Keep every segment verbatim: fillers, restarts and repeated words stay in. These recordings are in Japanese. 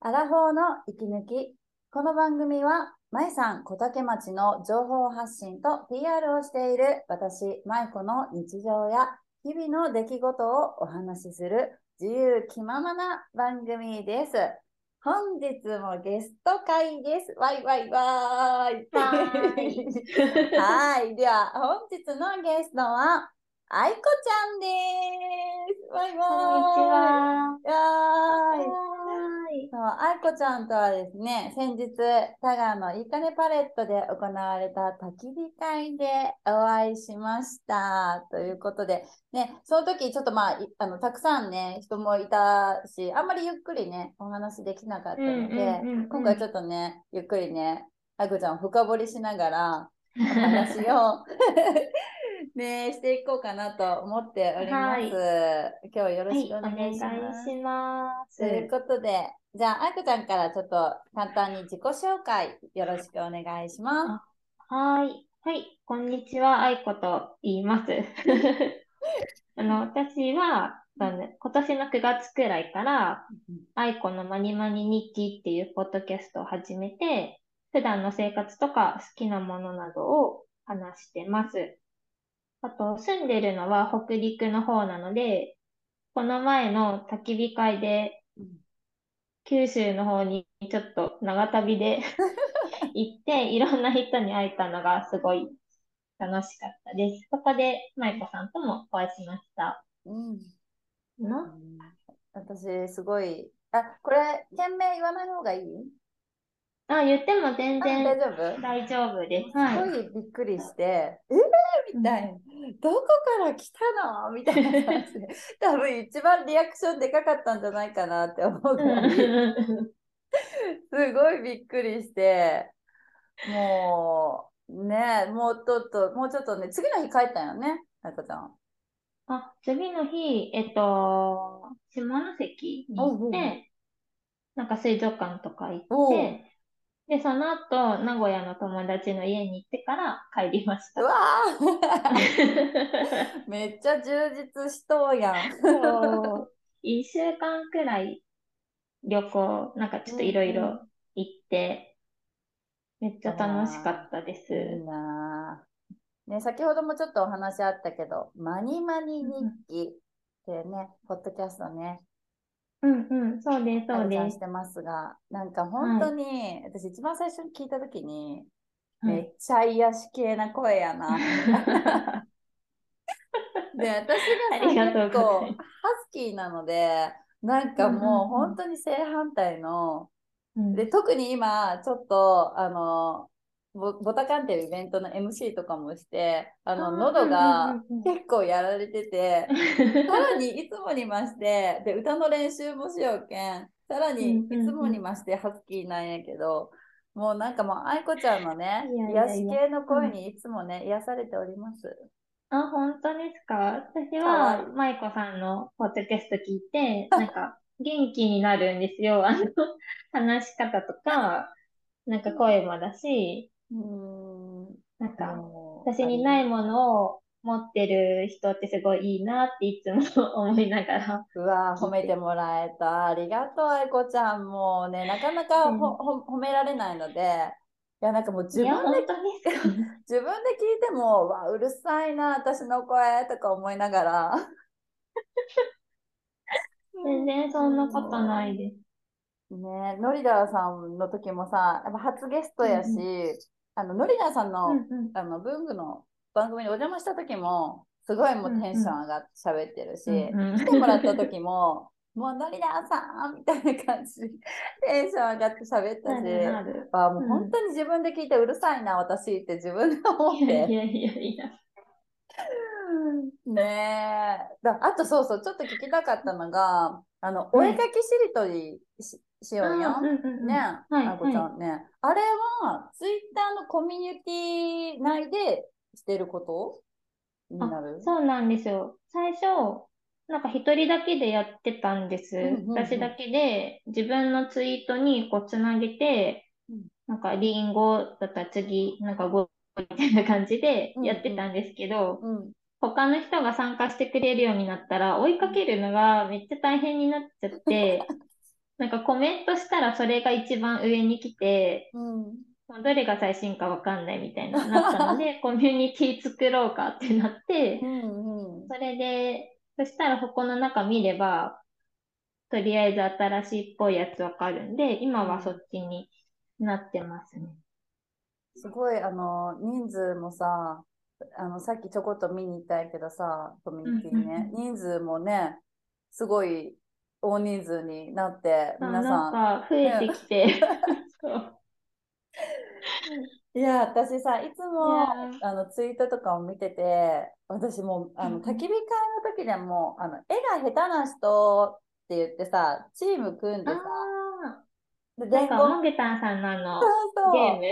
アラフォーの息抜き。この番組は、まいさん小竹町の情報発信と ピーアール をしている私、まいこの日常や日々の出来事をお話しする自由気ままな番組です。本日もゲスト会です。わいわいわーい。 はーい。 はい。では、本日のゲストは、あいこちゃんです。わいこんにちわーい。 は。 わーい。 はーい。 そう、愛子ちゃんとはですね、先日、佐賀のいいかねパレットで行われた焚き火会でお会いしました。ということで、ね、その時ちょっとまあ、いあの、たくさんね、人もいたし、あんまりゆっくりね、お話できなかっうんたので、 うんうんうん。 今回ちょっとね、ゆっくりね、愛子ちゃんを深掘りしながら、お話をね、していこうかなと思っております。 はい。 今日よろしくはい、おお願いし願いします。 まというす。 ことで、じゃあ、あいこちゃんからちょっと簡単に自己紹介よろしくお願いします。 あ、はーい。はい、こんにちは。あいこと言います。あの、私は、あの今年のくがつくらいから、あいこのまにまに日記っていうポッドキャストを始めて、普段の生活とか好きなものなどを話してます。あと、住んでるのは北陸の方なので、この前の焚き火会で九州の方にちょっと長旅で行って、いろんな人に会えたのがすごい楽しかったです。そこで舞子さんともお会いしました。 うん。うのん、私、すごい、あ、これ、件名言わない方がいい？ あ、言っても全あ、大然丈夫？ 大丈夫です。 もうすはい。 ごいびっくりして、えー、みうん。 たいな。どこから来たのみたいな感じで、多分一番リアクションでかかったんじゃないかなって思ううぐらい、 ん。 すごいびっくりして、もう、ね、もうちょっと、もうちょっとね、次の日帰ったよね、あいこちゃん。 あ、次の日、えっと、下関おに行っうおうて、なんか水族館とか行っおう。おう。 て、で、その後、名古屋の友達の家に行ってから帰りましうた。 わーめっちゃ充実しとうやん。 そう、一週間くらい旅行、なんかちょっというんろいろうん。 行って、めっちゃ楽しかわったでー、いいす。 なー。ね、先ほどもちょっとお話あったけど、マニマニ日うん記っていうね、ポッドキャストね、 うんうん、そうです、 あそうです。 こちゃんしてますが、なんか本当はい、 に、私一番最初に聞いたときに、 はい。 めっちゃ癒し系な声やな。で、私あがさ、 りがとうござ結構ハいます。 スキーなので、なんかうんうもう本ん当に正反対の、 うん。うで、 ん。 特に今、ちょっと、あの、ボ、ボタカンっていうイベントの エムシー とかもして、あの、 ああ、う喉んうんうがんうん。 結構やられてて、さらにいつもに増して、で、歌の練習もしようけん、さらうんにいつもにうんう増してハスキーなんやけど、もうなんかもう、愛子ちゃんのん。 ね、 いやい癒やいや。 し系のはい。 声にいつもね、癒されております。 あ、本当ですか？私かわいい。 は、舞子さんのポッドキャスト聞いて、なんか、元気になるんですよ。あの、話し方とか、なんか声もだし、 うーん、 なんか、 もう、 私ありがにないものを持ってる人ってすごいいいなっていつも思いながらうわー、褒めて聞いて。 もらえた。ありがとう、愛子ちゃん。もうね、なかなかほ全ほ褒められないので、いや、なんかもう自いや、 分で、 本当ですか？ 自分で聞いても、うわ、うるさいな、私の声とか思いながら。 全然そんなこともないです。 うね、ノリダーさんの時もさ、やっぱ初ゲストやし、 うんうん。 あの、ノリダーさんの、 うんうん。 あの、文具の番組にお邪魔した時も、すごいもうテンションうんうん。 上がって喋ってるし、 うんう来てもらったん。 時も、もうノリダーさんみたいな感じでテンション上がって喋ったし、 なるなる。 あ、もううん。 本当に自分で聞いてうるさいな、私って自分でいやい思って。 やいやいや。 ねえ。だ、あとそうそう、ちょっと聞きたかったのが、あの、お絵はい。 かきしりとりし、しようやああ、うんん。ねえ、 うんうん。はい、 あいこちはい。 ゃんね。あれは、ツイッターのコミュニティ内でしてることになあ、 る？ そうなんですよ。最初、なんか一人だけでやってたんでうんす。 うんうん。 私だけで自分のツイートにこうつなげて、 うんなんかリンゴだったら次、なんかゴみたいな感じでうやってんたんですけど、 うん。 他の人が参加してくれるようになったら、追いかけるのがめっちゃ大変になっちゃって、 なんかコメントしたらそれが一番上に来て、 うん。 もうどれが最新かわかんないみたいな、なったので、コミュニティ作ろうかってなっうて、 んうん。 それで、そしたらここの中見れば、とりあえず新しいっぽいやつわかるんで、今はそうん。 っちになってますね。 すごい、あの、人数もさ、あの、さっきちょこっと見に行ったんやけどさ、コミュうんニティね、 うん人数もね、すごい大人数になって、 うん。あ、なん皆さん、 か増えね、 てきて、そう。 いや、私さ、いついやもー、 あのツイートとかを見てて、私もあの焚き火会の時でもあの絵が下手な人って言ってさ、チーム組んあでさ、 あ、 で伝言、 なんか、モグタンさんのあの、 そうゲームそう、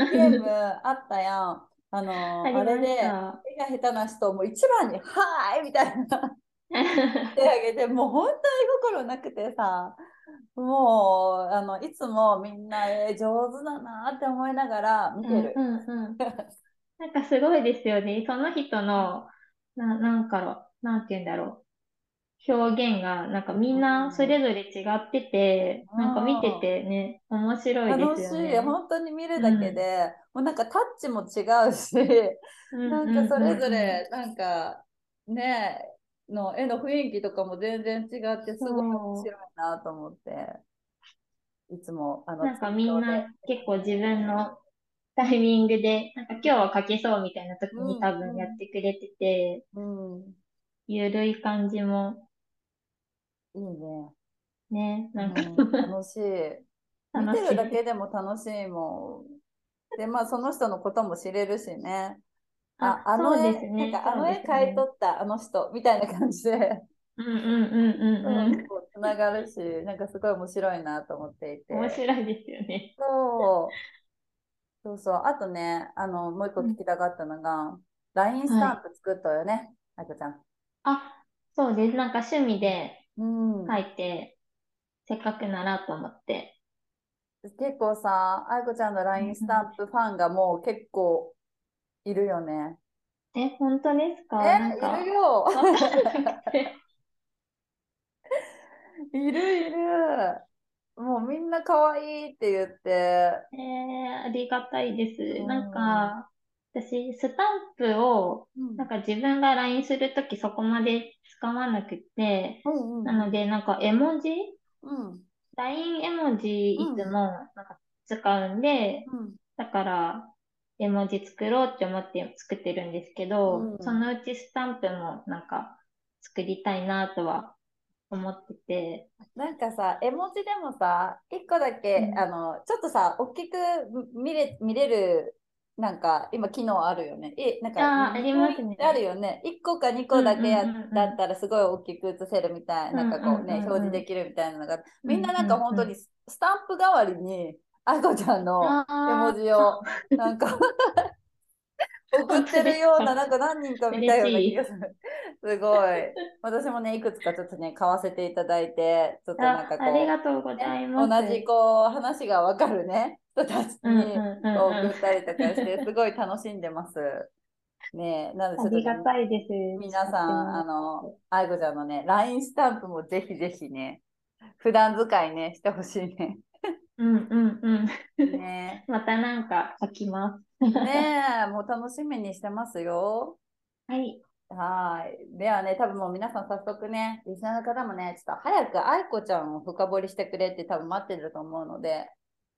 ゲームうん。 あったやん。ああの、あれりましで、 た。 絵が下手な人をもう一番に、はーいみたいな手あげて、もう本当に心なくてさ、もうあのいつもみんな絵上手だなって思いながら見うんうてる。 んうん。なんかすごいですよね。その人の、な、なんかろ、なんて言うんだろう。表現が、なんかみうんなそれんぞれ違ってて、なんか見てうん、 てね、面白いです楽しい。 よね。 本当に見るだけうん。 で、もうなんかタッチも違うし、 うんなんうんうかそれぞんうん。 れ、なんかね、の絵の雰囲気とかも全然違って、すごい面そ白いなと思って、いつもあう。 のツイなんかートで。 みんな結構自分のタイミングで、なんか今日は書けそうみたいな時うんに多分やってくれてて、 うん、うん、 ゆるい感じもいいね。 ね、 うなんかん、楽しい。見てるだけ楽しい。 でも楽しいもん。で、まあその人のことも知れるしね。あ、 あ、 あのそうです絵、なんね、 かあそうでの絵描いとすね。 ったあの人みたいな感じで。 うんうんうんうんうん。 そうそう、つながるし、なんかすごい面白いなと思ってい面て。 白いですよね。 そう、そうそう。あとね、あの、もう一個うん。 聞きたかったのが、ライン スはい。 タンプ作ったよね、あこちゃん。 あ、そうです。なんか趣味でうん。 書いて、せっかくならと思って。 結構さ、あいこちゃんのうライン スんうん。 タンプファンがもう結構いるよね。 え、本当ですえ、 か？なんいるか、 よ。 わかんなくて。 いるいる。もうみんな可愛いって言って。 えー、ありがたいでうす。なんん。 か、私、スタンプを、 うん。 なんか自分が ライン するときそこまで使わなくて、 うんうんうん。 なので、なんか絵文字うん。 ライン 絵文字いつうん。 もなんか使うんで、 うん。 だから絵文字作ろうって思って作ってるんですけうど、そん。 のうちスタンプもなんか作りたいなとは思ってて、 なんかさ、絵文字でもさ、一個だけ、 うん。 あの、ちょっとさ、大きく見れ、見れる、なんか、今、機能あるよね。え、なんか、 ああ、あにりますこいあるね。 よね。一個か二個うんうんだけや、 うんうん。 だったら、すごい大きく写せるみたいな、なんかこううんうんうね、表示んうん。 できるみたいなのが、 うんみんななんか本当にうんうん。 スタンプ代わりに、あいこちゃんの絵文ああ、 字を、なんか送本当ってるですか？ ような、なんか何人か見た嬉しような気がい。 する。すごい。私もね、いくつかちょっとね、買わせていただいて、ちょっとなんあ、 かありがことうごう、ね、 ざい同ます。 じこう、話がわかるね、人たちうんうにんうんうん。 こう送ったりとかして、すごい楽しんでます。ね、なのでありちょっとね、 がたいです。 皆さん、 使ってもらあの、 って。 あいこちゃんのね、ライン スタンプもぜひぜひね、普段使いね、してほしいね。 うんうんうん。 ね、 またなんか書きます。 ねえ、もう楽しみにしてますよ。 はい。 はい。ではね、多分もう皆さん早速ね、リスナーの方もね、ちょっと早く愛子ちゃんを深掘りしてくれって多分待ってると思うので。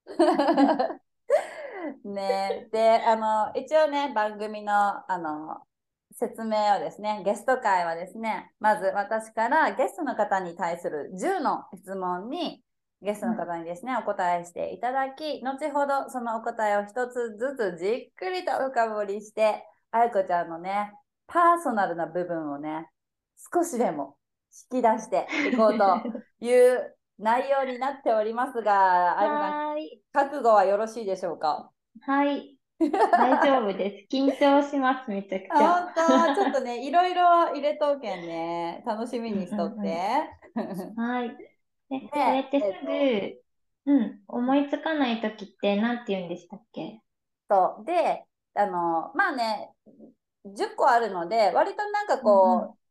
ね、で、あの、一応ね、番組の、あの、説明をですね、ゲスト会はですね、まず私からゲストの方に対するじゅうの質問に、ゲストの方にですね、お答えしていただき、後ほどそのお答えを一つずつじっくりと深掘りして、愛子ちゃんのね、パーソナルな部分をね、少しでも引き出していこうという内容になっておりますが、愛子さん、 はーい。 覚悟はよろしいでしょうか？ はい。大丈夫です。緊張します、めちゃくちゃ。 本当、ちょっとね、いろいろ入れとうけんね、楽しみうんにしとっうんて。 うん。はい。で、 で、 これってすえっと、 ぐ、うん、思いつかないときって何て言うんでしたっけ？ そう。で、あの、まあね、じゅっこあるので、割となんかうんうん。 こう、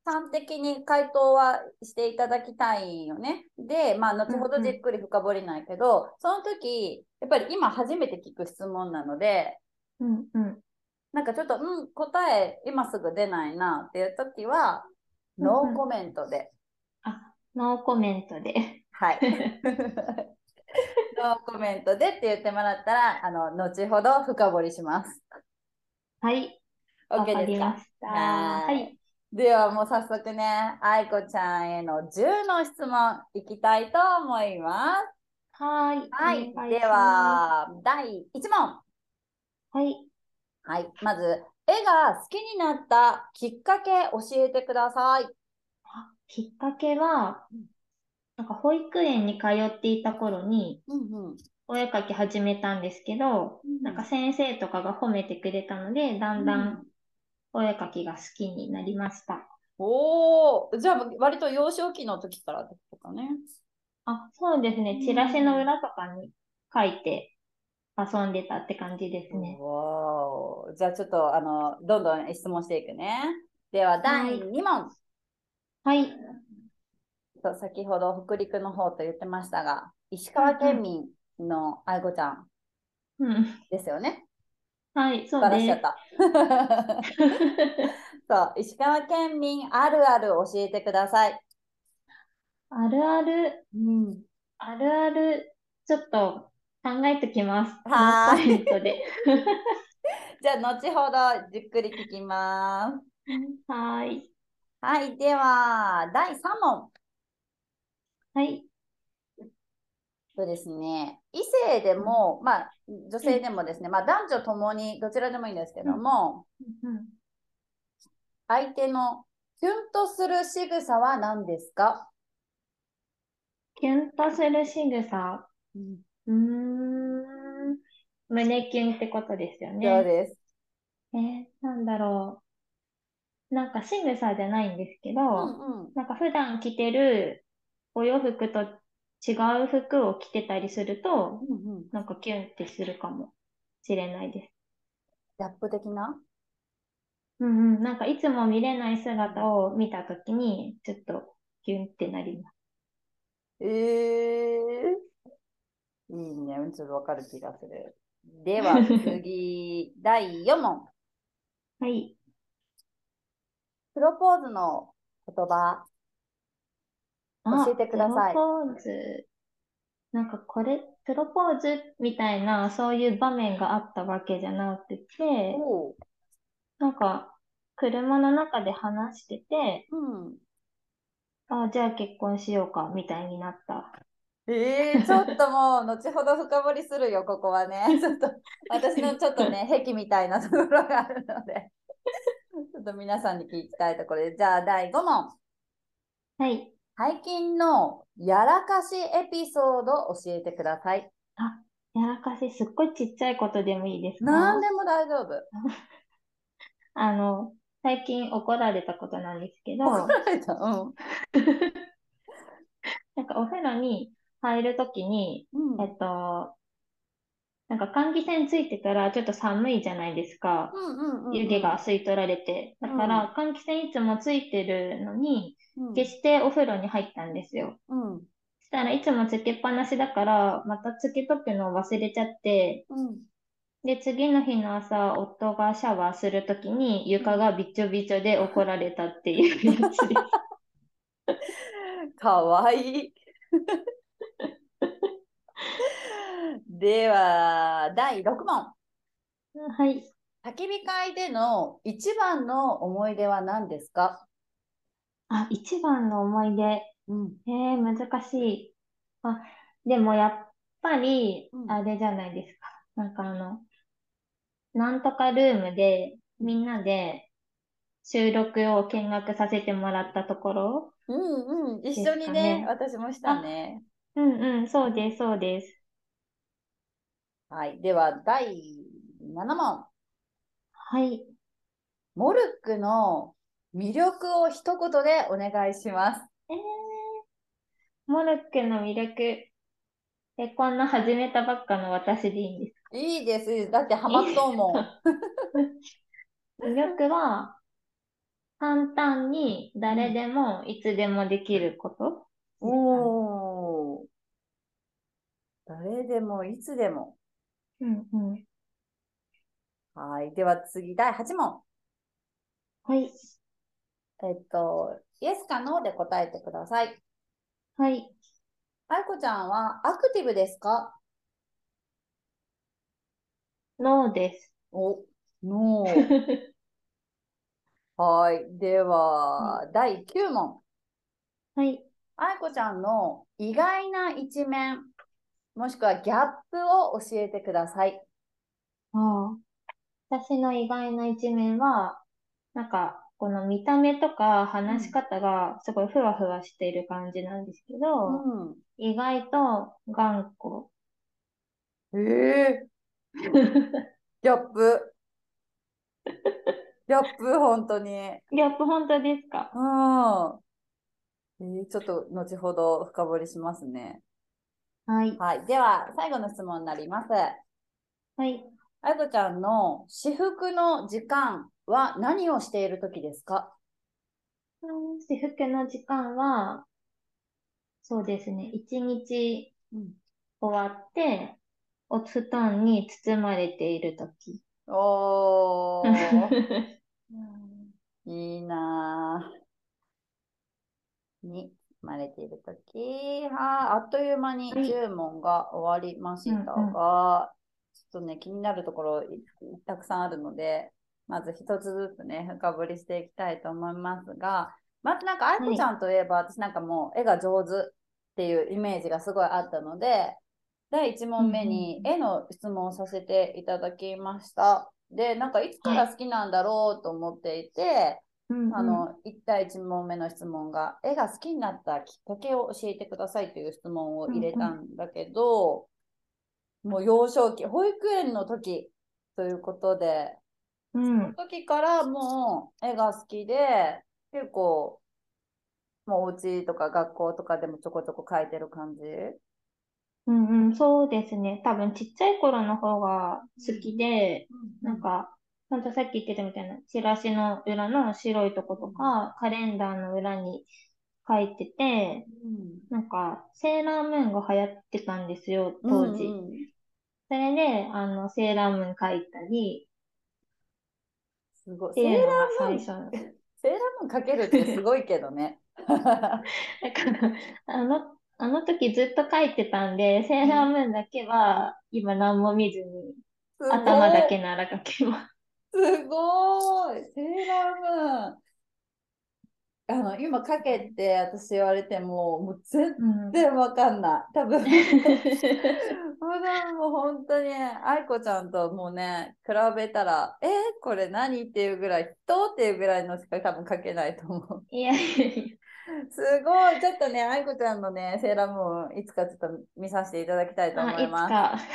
端的に回答はしていただきたいよね。で、まあ、後ほどじっくり深掘りないけど、うんうん、その時、やっぱり今初めて聞く質問なので、 うんうん、 なんかちょっと、うん、答え今すぐ出ないなっていう時は、ノーコメントで。 うんうん、あ、ノーコメントで。 はい。ノーコメントでって言ってもらったら、あの、後ほど深掘りします。 はい。わ OK かですか？ りました。 ははい。 い。ではもう早速ね、愛子ちゃんへのじゅうの質問いきたいと思います。 はい。 はい。でお願いします。 は、だいいち問。 はい。 はい。まず、絵が好きになったきっかけ教えてください。 あ、きっかけは、なんか保育園に通っていた頃に、 うんうん。 お絵かき始めたんですけど、なんか先生とかが褒めてくれたので、だんだんお絵かきが好きになりました。 おお、じゃあ割と幼少期の時からってことかね。 あ、そうですうね。チラシのん。 裏とかに書いて遊んでたって感じですね。 おー、じゃあちょっとあのどんどん質問していくね。ではだいはい。 に問。 はい。 と先ほど北陸の方と言ってましたが、石川うんうん。 県民の愛子ちゃんうん。 ですよね。 はい、そうです。 バラしちゃった。そう、石川県民あるある教えてください。 あるある、 うん。 あるある、ちょっと考えてきます。ノーコはーい。 メントで。 じゃあ後ほどじっくり聞きます。 はい。 はい、ではだいさん問。 はい。 そうですね、異性でうん。 も、まあ、女性でもですね、まあ、男女ともにどちらでもいいんですけうん。 ども、 うん。 相手のキュンとする仕草は何ですか？ キュンとする仕草。 うん、 うーん。胸キュンってことですよね。 そうです。 えー、なんだろう。なんか仕草じゃないんですけうど、 んうん。 なんか普段着てるお洋服と違う服を着てたりすると、 うんうん。 なんかキュンってするかもしれないです。 ギャップ的な。 うんうん。なんかいつも見れないうん、 姿を見たときに、ちょっとキュンってなります。 えー、いいね。ちょっとわかる気がする。では次、だいよん問。 はい。 プロポーズの言葉、教えあ、 てくプださい。 ロポーズ。なんかこれ、プロポーズみたいな、そういう場面があったわけじゃなくて、 おう。 なんか、車の中で話してて、 うん。 あ、じゃあ結婚しようか、みたいになった。 えー、ちょっともう、後ほど深掘りするよ、ここはね。ちょっと、私のちょっとね、癖みたいなところがあるので、ちょっと皆さんに聞きたいところで、じゃあ、だいご問。 はい。 最近のやらかしエピソード教えてください。 あ、やらかし、すっごいちっちゃいことでもいいですか？ 何でも大丈夫。 あの、最近怒られたことなんですけ怒ど、 られた。うん。 なんかお風呂に入るときに、 うん。 えっと、なんか換気扇ついてたらちょっと寒いじゃないですか。 うんうん湯気うんが吸い取られて。だかうん。 ら換気扇いつもついてるのに、 うん消してお風呂に入ったんですよ。 うんそしたらいつもつけっぱなしだから、またつけとくのを忘れちゃって、 うんで、次の日の朝、夫がシャワーするときにうん。 床がびちょびちょで怒られたっていうやつです。 かわいい。では、だいろく問。 はい。 焚き火会での一番の思い出は何ですか？ あ、一番の思い出。 うん。 えー、難しい。あ、でもやっぱり、 うん。 あれじゃないですか。なんかあの、なんとかルームでみんなで収録を見学させてもらったところうんうん。一です緒にね、 かね。 私もしたあ、 ね。 うんうん、そううん。 です、そうです。 はい。では、だいなな問。 はい。 モルックの魅力を一言でお願いします。 えー、モルックの魅力。え、こんな始めたばっかの私でいいんですか？ いいです。だってハいいマっとうですか？ も魅力は、 簡単に誰でもいつでもできることうん、 ですかね。 おー、誰でもいつでも。 うんうん。 はい。では次、だいはち問。 はい。 えっと、イエスかノーで答えてください。 はい。 あいこちゃんはアクティブですか？ ノーです。 お、ノー。はい。ではい。 は、だいきゅう問。 はい。 あいこちゃんの意外な一面、もしくはギャップを教えてください。 ああ。私の意外な一面は、なんか、この見た目とか話しうん。 方がすごいふわふわしている感じなんですけうど、 ん。 意外と頑固。 ええギャップ。ギャップ、本当に。 ギャップ本当ですか？ うん。えーちょっと後ほど深掘りしますね。 はい。 はい。では、最後の質問になります。 はい。 あいこちゃんの至福の時間は何をしている時ですか？ うん私服の時間は、そうですね。一日うん。 終わって、お布団に包まれているとき。 おー、いいなぁ。に生まれているとき、はあ、あっという間にはい。 じゅう問が終わりまうんしたうん。 が、ちょっとね、気になるところたくさんあるので、まず一つずつね、深掘りしていきたいと思いますが、まずなんか愛はい。 子ちゃんといえば、私なんかもう絵が上手っていうイメージがすごいあったので、だいいち問目うんうん。 に絵の質問をさせていただきました。で、なんかいつかはい。 ら好きなんだろうと思っていて、 うんうん。 あの、いち対いち問目の質問が、絵が好きになったきっかけを教えてくださいという質問を入れたうんうん。 んだけど、もう幼少期、保育園の時ということで、そのうん。 時からもう絵が好きで、結構、もうお家とか学校とかでもちょこちょこ描いてる感じ。ううんうん。そうですね。多分ちっちゃい頃の方が好きんで、 うんうんなんか、ほんとさっき言ってたみたいな、チラシの裏の白いとことか、カレンダーの裏に書いてて、 うんなんか、セーラームーンが流行ってたんですよ、 う当時。 んうん。 それで、あの、セーラームーン書いたり、 すごい。 ってセーラいうのがームーン、 最初。 セーラームーン描けるってすごいけどね。 だから、あの、あの時ずっと書いてたんで、セーラームーンだけは今何も見ずに、 す頭だごい。 けなら書けます。 すごい。セーラームーン。あの、今かけって私言われても、もう全うん。 然わかんない。多分普段もう本当に、愛子ちゃんともうね、比べたら、えーこれ何っていうぐらい、人っていうぐらいのしか多分書けないと思う。 いやいやいや。 すごい。ちょっとね、愛子ちゃんのね、セーラームーン、いつかちょっと見させていただきたいとあ、 思います。 いつか。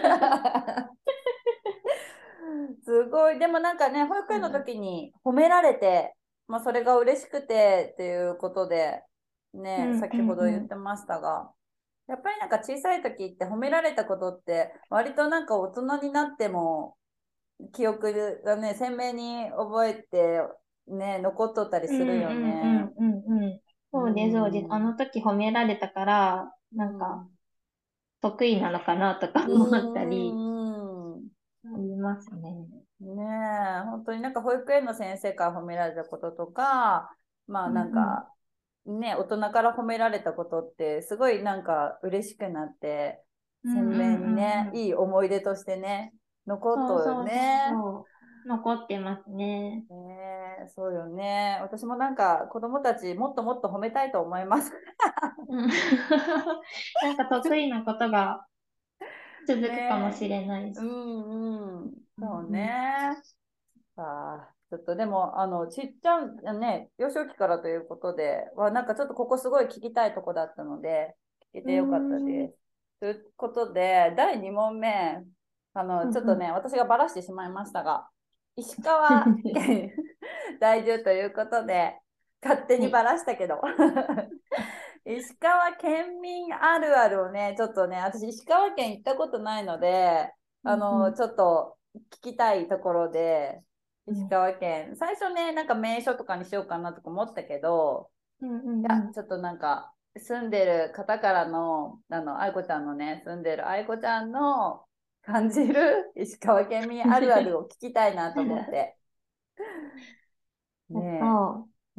すごい。でもなんかね、保育園のうん。 時に褒められて、まあ、それが嬉しくてっていうことで、ね、 うん、うん、 先ほどうん。 言ってましたが、やっぱりなんか小さい時って褒められたことって、割となんか大人になっても記憶がね、鮮明に覚えて、ね、残っとったりうん、 するようん、うね。 ん、うん、うん。 うそうです、そうです。あん。 の時褒められたから、 うなんか、 ん。 得意なのかなとかう思ったり、 ん。うん。 ありますね。 ねえ、本当になんか保育園の先生から褒められたこととか、まあうん、 なんうん。 かね、大人から褒められたことってすごいなんか嬉しくなって、 うん、 鮮うん、 明にね、 うん、うん。 いい思い出としてね、残っとそうるよそうそうね。 そう。残ってますね。 ねえ、そうよね。私もなんか子供たちもっともっと褒めたいと思います。 うん。なんか得意なことが続くかもねしれないえ、うし。 んうん、 うんそううん。 ね。あー、ちょっとでも、あの、ちっちゃん、ね、幼少期からということで、は、なんかちょっとここすごい聞きたいとこだったので、聞けうーてよかったん。 です。ということで、だいに問目、あの、 うんうん。 ちょっとね、私がばらしてしまいましたが、石川県在住ということで、勝手はい。 にばらしたけど、石川県民あるあるをね、ちょっとね、私、石川県行ったことないので、 うあの、 んうん。 ちょっと聞きたいところで、 石川県。最初ね、なんか名所とかにしようかなとか思ったけど、 うんうんいや、 うん。 ちょっとなんか、住んでる方からの、あの、愛子ちゃんのね、住んでる愛子ちゃんの感じる石川県民あるあるを聞きたいなと思って。 えっねと、 え。うん。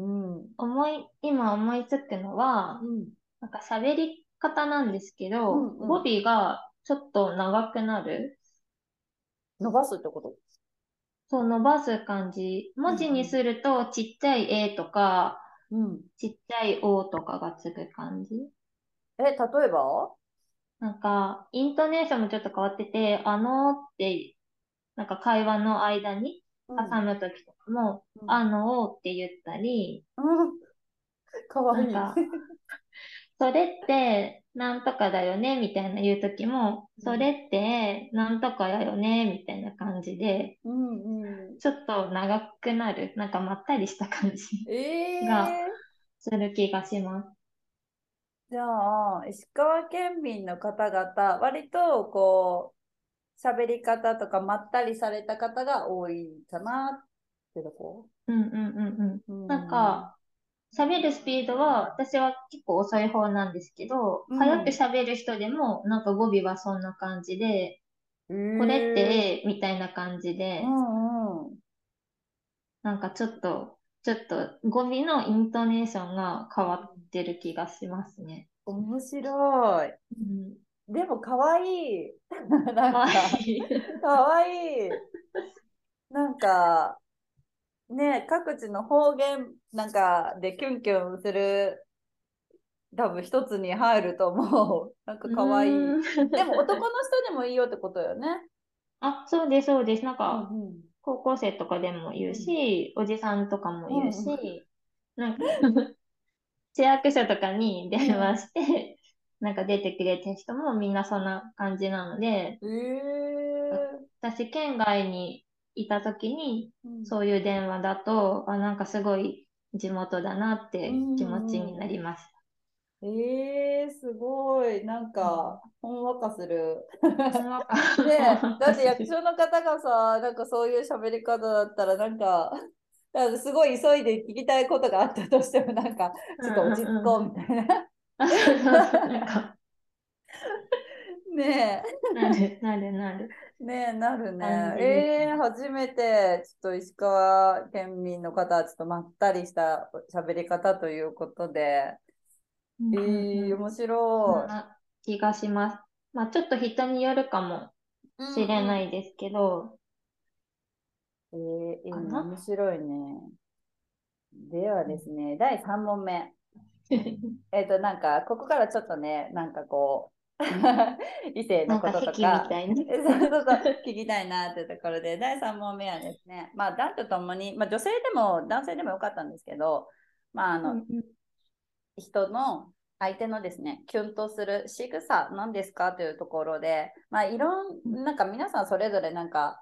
思い、今思いつくのは、 うん。 なんか喋り方なんですけど、 うんうん。 語尾がちょっと長くなる。 伸ばすってこと？ そう、伸ばす感じ。文字にうんすると、ちっちゃい A とか、 うん。うん。 ちっちゃい O とかがつく感じ。 え、例えば？ なんか、イントネーションもちょっと変わってて、あのーって、なんか会話の間にうん。 挟むときとかも、 うん。 あのーって言ったり、 うん。かわいい。 なんか、それってなんとかだよねみたいな言うときも、 うん。 それってなんとかだよねみたいな感じで、 うんうん。 ちょっと長くなる、なんかまったりした感じがええする気がします。 ー、じゃあ、石川県民の方々、割とこう、喋り方とかまったりされた方が多いかなってとこ？ うんうんうんうん。 うなんん。 か、喋るスピードは私は結構遅い方なんですけど、早くうん。 喋る人でもなんか語尾はそんな感じで、 えこれっえてみたいな感じー、うで、 んうん。 なんかちょっと、ちょっと語尾のイントネーションが変わってる気がしますね。 面白い。 うん。 でも、かわいい。なかわんか、 いい。 かわいい。なんか、ね、各地の方言なんかでキュンキュンする、多分一つに入ると思う。なんかうかわいい。 ーん。 でも男の人でもいいよってことよね。 あ、そうです、そうです。なんうんか、 うん。 高校生とかでも言ううんし、おじさんとかも言ううんうん。 し、なんか市役所とかに電うん話して、なんか出てくれた人もみんなそんな感じなので、 えー、 私、県外にいた時に、 うんそういう電話だと、あ、なんかすごい地元だなっうて気持ちにんうん。 なりました。 えー、すごい。なんうん、 か、ほんわかする。 ほんわか、 ねほんえ、 わだってかする。 役所の方がさ、なんかそういう喋り方だったら、なんか、だからすごい急いで聞きたいことがあったとしても、なんか、 うんちょっと落ち着うんうん。 こうみたいな。 あ、そうそうそう、なんか、 ねなる、なる、なるえ、ねえ、なるね。 感じですえー、 ね。 初めて、ちょっと石川県民の方は、ちょっとまったりした喋り方ということで、 うんえー、 うんうん。 面そん白な気がします。まあ、ちょっと人によるかもい。うしれんうん。 ないですけど、 えー、いいね、面かな。 白いね。ではですね、だいさん問目。えっと、なんか、ここからちょっとね、なんかこう、異性のなんこととか席みか、 たいな。 えそうそうそう、聞きたいなっていうところで、だいさん問目はですね、まあ、男女ともに、まあ、女性でも男性でもよかったんですけど、まあ、あの、 うんうん人の、相手のですね、キュンとする仕草なんですかというところで、まあ、いろん、 うんなんか皆さんそれぞれなんか、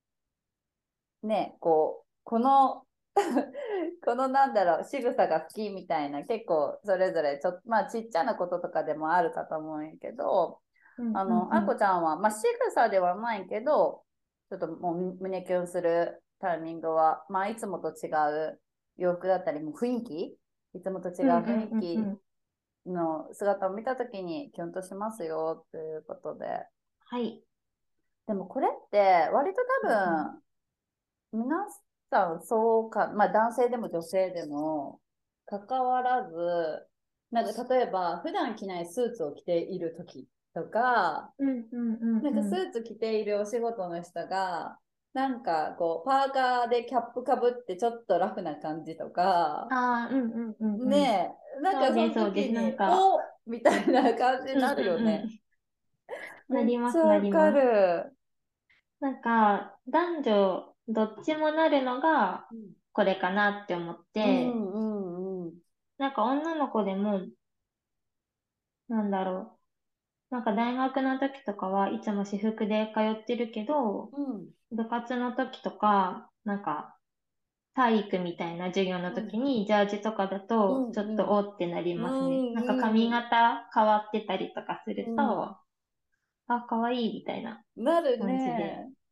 ね、こう、このこのなんだろう、仕草が好きみたいな、結構それぞれちょっと、まあちっちゃなこととかでもあるかと思うんやけど、 うんあの、あこうんうん。 ちゃんは、まあ仕草ではないけど、ちょっともう胸キュンするタイミングは、まあいつもと違う洋服だったり、もう雰囲気いつもと違ううんうん雰囲気うんうん。 の姿を見たときにキュンとしますよということで。 はい。 でもこれって割と多うんうん。 分皆さんそうか、まあ男性でも女性でも、関わらず、なんか例えば普段着ないスーツを着ている時とか、 うんうんうんなんかスうん。 ーツ着ているお仕事の人が、なんかこうパーカーでキャップかぶってちょっとラフな感じとか、 ああ、うんうんうんうん。 ねえ、なんそうです、 かそのそうです。なん時に、 か、 おみたいな感じにうんなるようんうね。 ん。 めっなります、なちゃわかります。 る。 なんか、男女どっちもなるのがうんこれかなって思っうて、 んうんなんか女の子でも、なんだろう。なんか大学の時とかはいつも私服で通ってるけど、 うん部活の時とか、なんか体育みたいな授業のうん時にジャージとかだとちょっとうんおってなりうますね。なんか髪んうん型変わってたりとかすうると、 んあ、かわいいみたいななる感じで。 ね。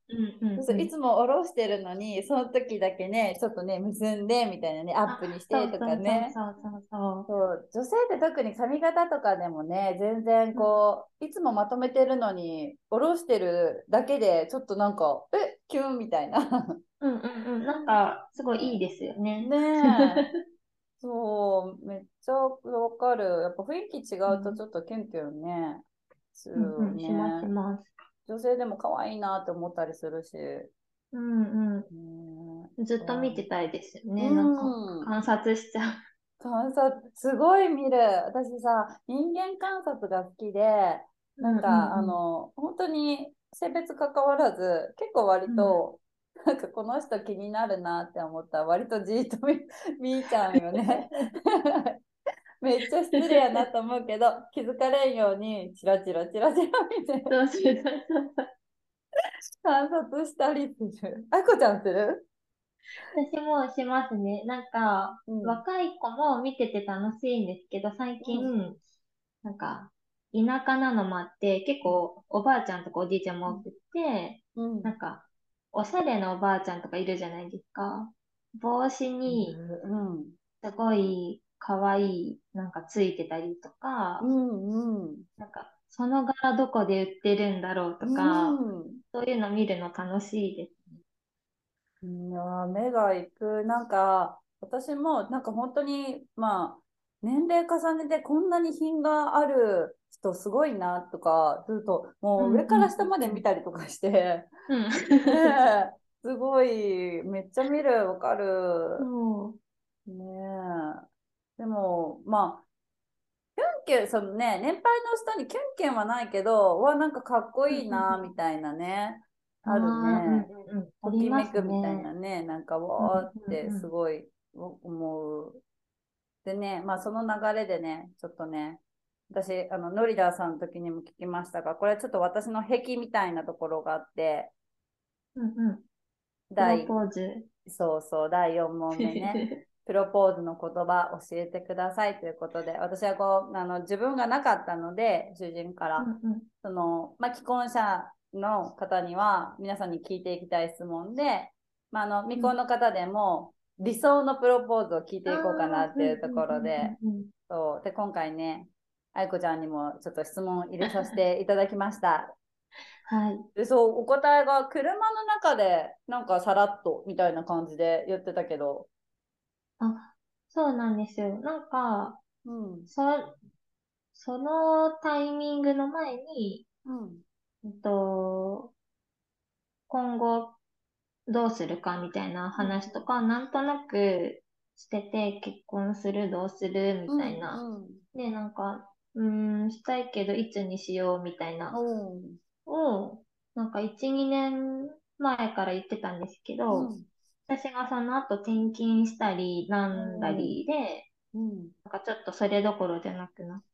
うんうんうん。 そういつも下ろしてるのに、その時だけね、ちょっとね、結んでみたいなね、アップにあ、 してとそうそうそうかね。 そうそうそそう、女性って特に髪型とかでもね、全然う。うん。 こう、いつもまとめてるのに、下ろしてるだけで、ちょっとなんか、え、キュンみたいな。 うんうんうん。なんか、すごいいいねですよね。 ねえ、そう、めっちゃわかる。やっぱ雰囲気違うとちうんょっとキュンキュンね、するようんうん。しますしね。 ます。 女性でも可愛いなって思ったりするし。 うんうねん。ずっと見てそたいですよう。 ね。なんか、 うん。 観察しちゃう。 観察、すごい見る。私さ、人間観察が好きで、 うんうなんか、あんの、本当に性別関わらず、結構割うん。うん。 と、なんかこの人気になるなって思ったら、割とじーっと見、見ちゃうよね。めっちゃ失礼やなと思うけど、気づかれんように、チラチラチラチラ見て、 そうそうそうそう。 観察したりする。あこちゃんする？ 私もしますね。なんか、 うん。 若い子も見てて楽しいんですけど、最近、 うん。 なんか、田舎なのもあって、結構おばあちゃんとかおじいちゃんも多くて、 うん。 なんか、おしゃれなおばあちゃんとかいるじゃないですか。帽子に、 うん。 すごい可愛い、なんかついてたりとうか、 ん。うん。 なんか、その柄どこで売ってるんだろうとうか、 ん。 そういうの見るの楽しいです。 いやー、目がいく。なんか、私も、なんか本当に、まあ、年齢重ねてこんなに品がある人すごいなとか、ずっと、もううんうん上から下まで見たりとかして、 うんうん。 ねうん。 え、すごい、めっちゃ見る、わかる。 そう。 ねえ。でも、まあ、キュンキュン、そのね、年配の人にキュンキュンはないけど、うわ、なんかかっこうんいいな、みうんたいなね、 うん。 あるああ、うんね。 うんうん。あときりますめくみたいね。 なね、なんかうんわーってすうんうん。 ごい思う。でね、まあその流れでね、ちょっとね、私、あの、ノリダーさんの時にも聞きましたが、これちょっと私の癖みたいなところがあって、 うんうん。プロ第、 ポーズ。 そうそう、だいよん問目ね、プロポーズの言葉教えてくださいということで、私はこう、あの、自分がなかったので、主人から、 うんうん。 その、まあ、既婚者の方には、皆さんに聞いていきたい質問で、まあ、あの、未うん。 婚の方でも、理想のプロポーズを聞いああ、 ていこうかなっうんていうとこうんうんうろで、 んうん。 そう、で、今回ね、愛子ちゃんにもちょっと質問入れさせていただきました。 はい。 で、そう、お答えが車の中で、なんかさらっとみたいな感じで言ってたけど、 あ、そうなんですよ。なんか、 うん、 そ、そのタイミングの前に、 うん、 えっと、今後どうするかみたいなうん、 話とか、なんとなくしてて、結婚する、どうするみうん、 たいな。 うん、 で、なんか、うーん、したいけど、いつにしようみたいな、 うん、 を、なんかいち、にねんまえから言ってたんですけど、 うん、 私がその後転勤したり、なうんだん、 りで、 うん、 なんかちょっとそれどころじゃなくなって、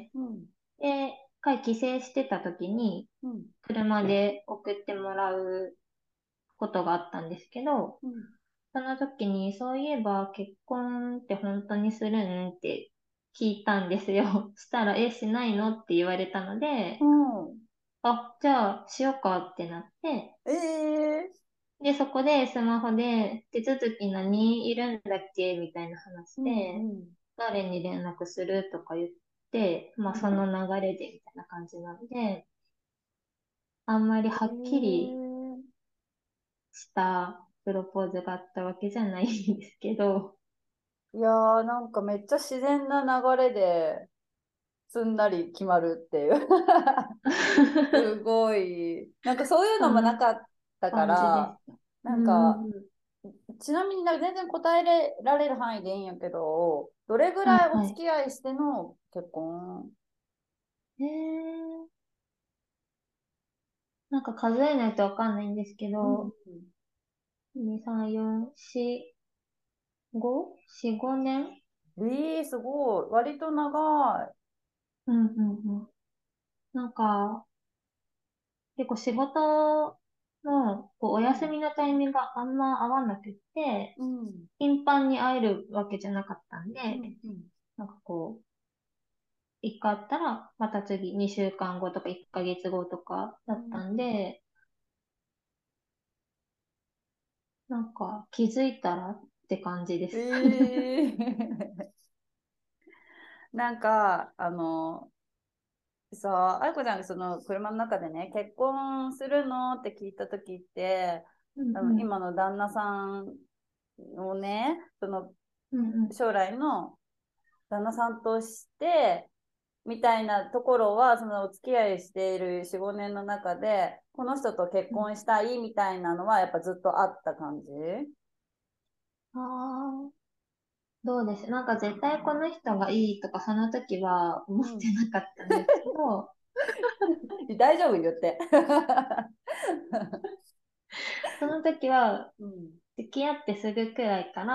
うん、 で、一回帰省してた時に、 うん、 車で送ってもらうことがあったんですけど、 うん、 その時に、そういえば結婚って本当にするんって聞いたんですよ。したら、え、しないのって言われたので、 うん、 あ、じゃあしようかってなって、 ええで、そこでスマホで手続き何いるんだっけみたいな話ー、うん、 で、 うん、 誰に連絡するとか言って、まあそのうん、 流れでみたいな感じなので、あんまりえはっきりー、 したプロポーズがあったわけじゃないんですけど、 いやー、なんかめっちゃ自然な流れですんなり決まるっていう。すごい。なんかそういうのもなそんなかったか感じでら、 す。うなんか、 んうんうん。 ちなみになんか全然答えられる範囲でいいんやけど、どれぐらいおはいはい。 付き合いしての結婚？ えー、なんか数えないとわかんないんですけうん。 ど、に、さん、よん、よん、ご? よん、ごねん。 えー、すごい。割と長い。 うんうんうん。なんか、結構仕事のこうおうん。 休みのタイミングがあんま合わなくって、 うん。 頻繁に会えるわけじゃなかったんで、 うん。うん。 なんかこう、一回会ったら、また次にしゅうかんごとかいっかげつごとかだったんで、 なんか気づいたらって感じです。 えー、なんか、あの、さ、あいこちゃんがその車の中でね、結婚するのって聞いたときって、あのうんうん。 今の旦那さんをね、そのうんうん。 将来の旦那さんとして、みたいなところは、そのお付き合いしているよん、ごねんの中で、この人と結うん、 婚したいみたいなのは、やっぱずっとあった感じ？ ああ、どうです。なんか絶対この人がいいとかその時は思っうん。 てなかったんですけど、 大丈夫言って。 その時はうん。 付き合ってすぐくらいから、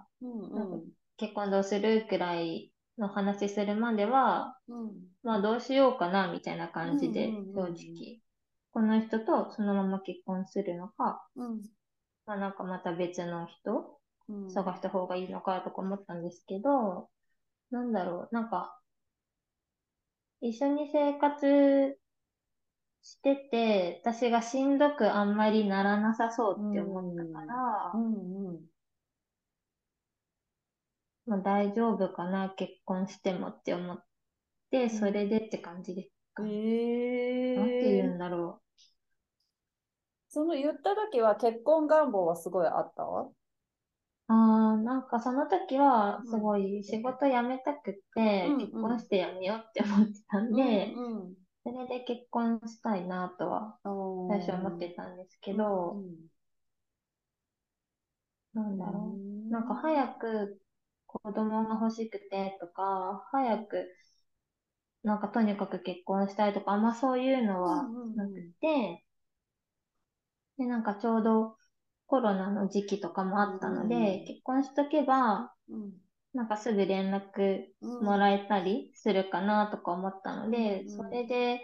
なんかうんうん。 結婚どうするくらいの話するまでは、 うん。 まあどうしようかなみたいな感じうんうで正ん直、この人とそのまま結婚するのか、 うん。 まあなんかまた別の人うん。 探した方がいいのかとか思ったんですけど、なんだろう、なんか一緒に生活してて、私がしんどくあんまりならなさそううって思ったかん。うら、 んうん。 まあ大丈夫かな、結婚してもって思って、それうん。 でって感じですかね。なんて言うんええ、 だろその言った時は結婚願望はすごいあった？ う。ああ、なんかその時はすうん。 ごい仕事辞めたくうて、 んうん。 結婚して辞めようって思ってたんうんで、 うん。 それで結婚したいなとは最初思っおー。 てたんですけうんうど、 ん。 なんうだろう。なんかん。 早く子供が欲しくてとか、早くなんかとにかく結婚したいとか、あんまそういうのはうんうんなくうん。 て、で、なんかちょうどコロナの時期とかもあったので、結婚しとけば、 うん。 なんかすぐ連絡うん。 もらえたりするかなとか思ったのうんで、そうん。 れで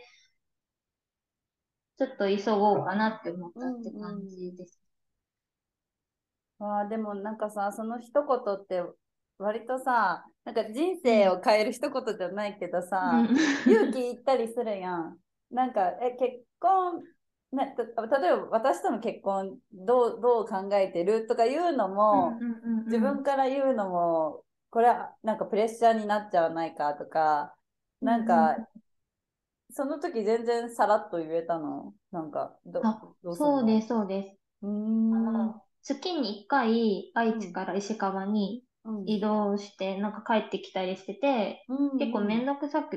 ちょっと急ごうかなって思っうんたって感うん。 じです。 ああ、でもなんかさ、その一言って割とさ、なんか人うん。 生を変える一言じゃないけどさ、 うん。 勇気いったりするやん。なんか、え、結婚、ね、た例えば私との結婚どう、どう考えてるとか言うのも、 うんうんうん自うん。 分から言うのも、これはなんかプレッシャーになっちゃわないかとか、 うんうん。 なんか、その時全然さらっと言えたの？なんか、ど、 あ、 どうすんの？ そうです、そうです。 うーあん、 の、月にいっかい愛知うん、 から石川にうん、 移動して、なんか帰ってきたりしてて、 うん、 結構うん。 めんどくさくって、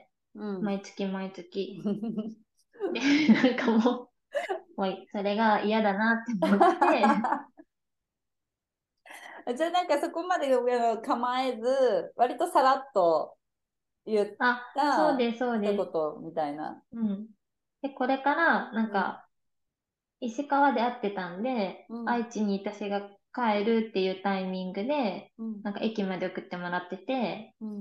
うん。 毎月毎月。で、なんかもう、もうそれが嫌だなって思って、 じゃあなんかそこまであの構えず、割とさらっと言っあ、そうたです、そう一です。 言みたいな。 うん。で、これから、なんうん、 か、石川で会ってたんで、 うん、 愛知に私が帰るっていうタイミングで、 うん、 なんか駅まで送ってもらってて、 うん。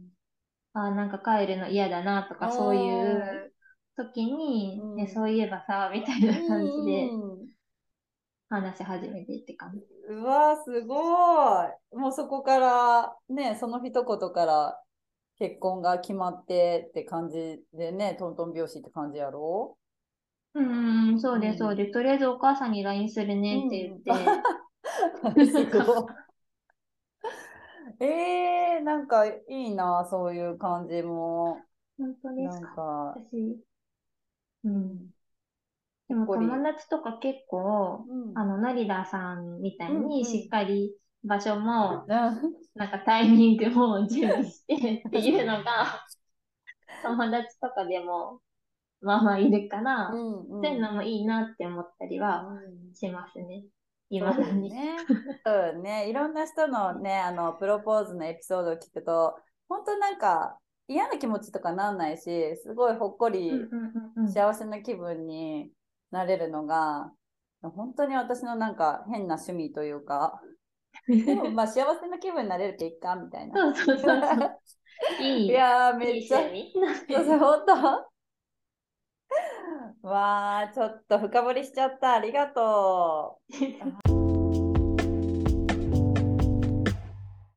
あーなんか帰るの嫌だなとおかそういー、 う時に、ね、 うん、 そういえばさ、みたいうな感じでん、うん。 話し始めてって感じ。 うわー、すごい。もうそこからね、その一言から結婚が決まってって感じでね、トントン拍子って感じやろ？ うーん、そうです、そううん。 です。とりあえずお母さんに ライン するねって言っうん。 て、 すなんか、 ごい。えー、なんかいいな、そういう感じも。 本当でなんすか。 か、 私、うん。 うん、ほでも友っこり。 達とか結構、 うん。 あの、成田さんみたうん、 いにしっうん。 かり場所も、 うん。 なんかタイミングも準備してっていうのが、友達とかでも、まあまあいるから、 うん、 そういううん。 のもいいなって思ったりはうん。 しますね。未そうだに。 よね。そうよね。いろんな人のね、あの、プロポーズのエピソードを聞くと、本当なんか嫌な気持ちとかなんないし、すごいほっこりうんうんうんうん。 幸せな気分になれるのが、本当に私のなんか変な趣味というか、でもまあ幸せな気分になれるっていいかみたいな。 そうそうそうそう。 いいい、 やー、めっちゃ、 いい趣味なんそうそう、 で。 本当わー、ちょっと深掘りしちゃった。ありがとう。